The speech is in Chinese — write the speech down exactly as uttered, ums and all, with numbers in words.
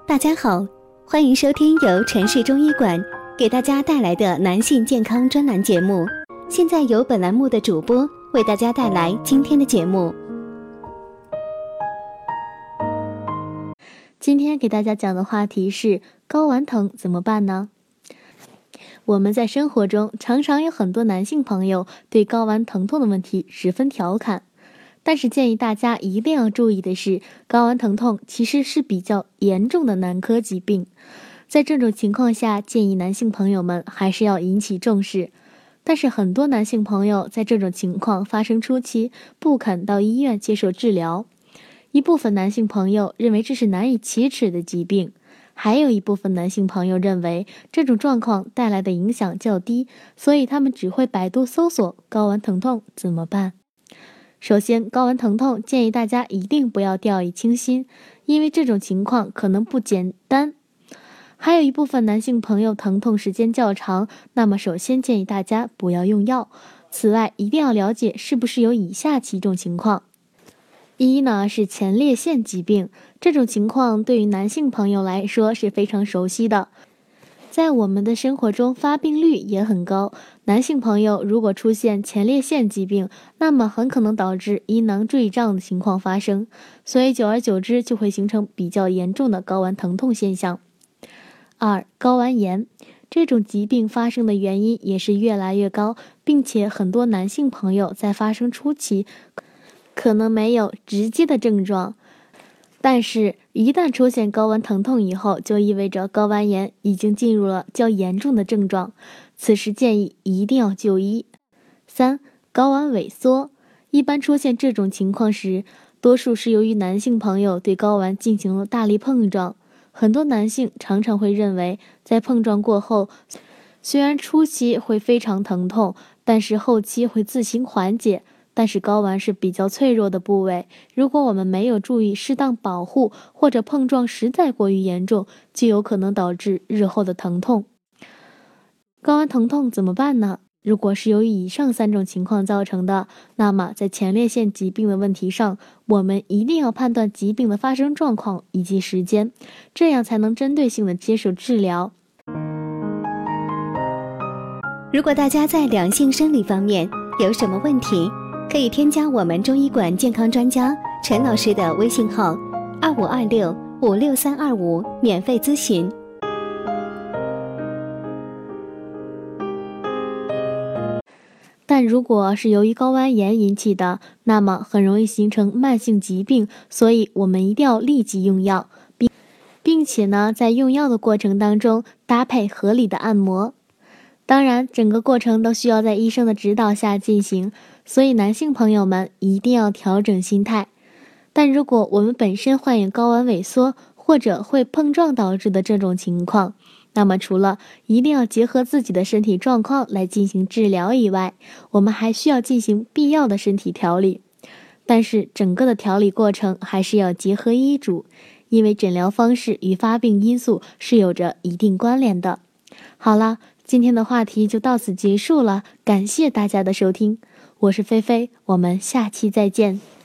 大家好，欢迎收听由城市中医馆给大家带来的男性健康专栏节目。现在由本栏目的主播为大家带来今天的节目。 今天给大家讲的话题是睾丸疼怎么办呢？我们在生活中常常有很多男性朋友对睾丸疼痛的问题十分调侃，但是建议大家一定要注意的是，睾丸疼痛其实是比较严重的男科疾病。在这种情况下，建议男性朋友们还是要引起重视。但是很多男性朋友在这种情况发生初期不肯到医院接受治疗，一部分男性朋友认为这是难以启齿的疾病，还有一部分男性朋友认为这种状况带来的影响较低，所以他们只会百度搜索睾丸疼痛怎么办。首先，睾丸疼痛建议大家一定不要掉以轻心，因为这种情况可能不简单。还有一部分男性朋友疼痛时间较长，那么首先建议大家不要用药。此外，一定要了解是不是有以下几种情况。一呢是前列腺疾病，这种情况对于男性朋友来说是非常熟悉的，在我们的生活中发病率也很高。男性朋友如果出现前列腺疾病，那么很可能导致阴囊坠胀的情况发生，所以久而久之就会形成比较严重的睾丸疼痛现象。二、睾丸炎，这种疾病发生的原因也是越来越高，并且很多男性朋友在发生初期可能没有直接的症状，但是一旦出现睾丸疼痛以后，就意味着睾丸炎已经进入了较严重的症状，此时建议一定要就医。三、睾丸萎缩，一般出现这种情况时，多数是由于男性朋友对睾丸进行了大力碰撞。很多男性常常会认为，在碰撞过后，虽然初期会非常疼痛，但是后期会自行缓解。但是睾丸是比较脆弱的部位，如果我们没有注意适当保护，或者碰撞实在过于严重，就有可能导致日后的疼痛。睾丸疼痛怎么办呢？如果是由于以上三种情况造成的，那么在前列腺疾病的问题上，我们一定要判断疾病的发生状况以及时间，这样才能针对性的接受治疗。 如果大家在两性生理方面有什么问题，可以添加我们中医馆健康专家陈老师的微信号二五二六五六三二五免费咨询。 但如果是由于睾丸炎引起的，那么很容易形成慢性疾病，所以我们一定要立即用药，并并且呢，在用药的过程当中搭配合理的按摩。当然，整个过程都需要在医生的指导下进行，所以男性朋友们一定要调整心态。但如果我们本身患有睾丸萎缩或者会碰撞导致的这种情况，那么除了一定要结合自己的身体状况来进行治疗以外，我们还需要进行必要的身体调理。但是整个的调理过程还是要结合医嘱，因为诊疗方式与发病因素是有着一定关联的。好了，今天的话题就到此结束了，感谢大家的收听，我是菲菲，我们下期再见。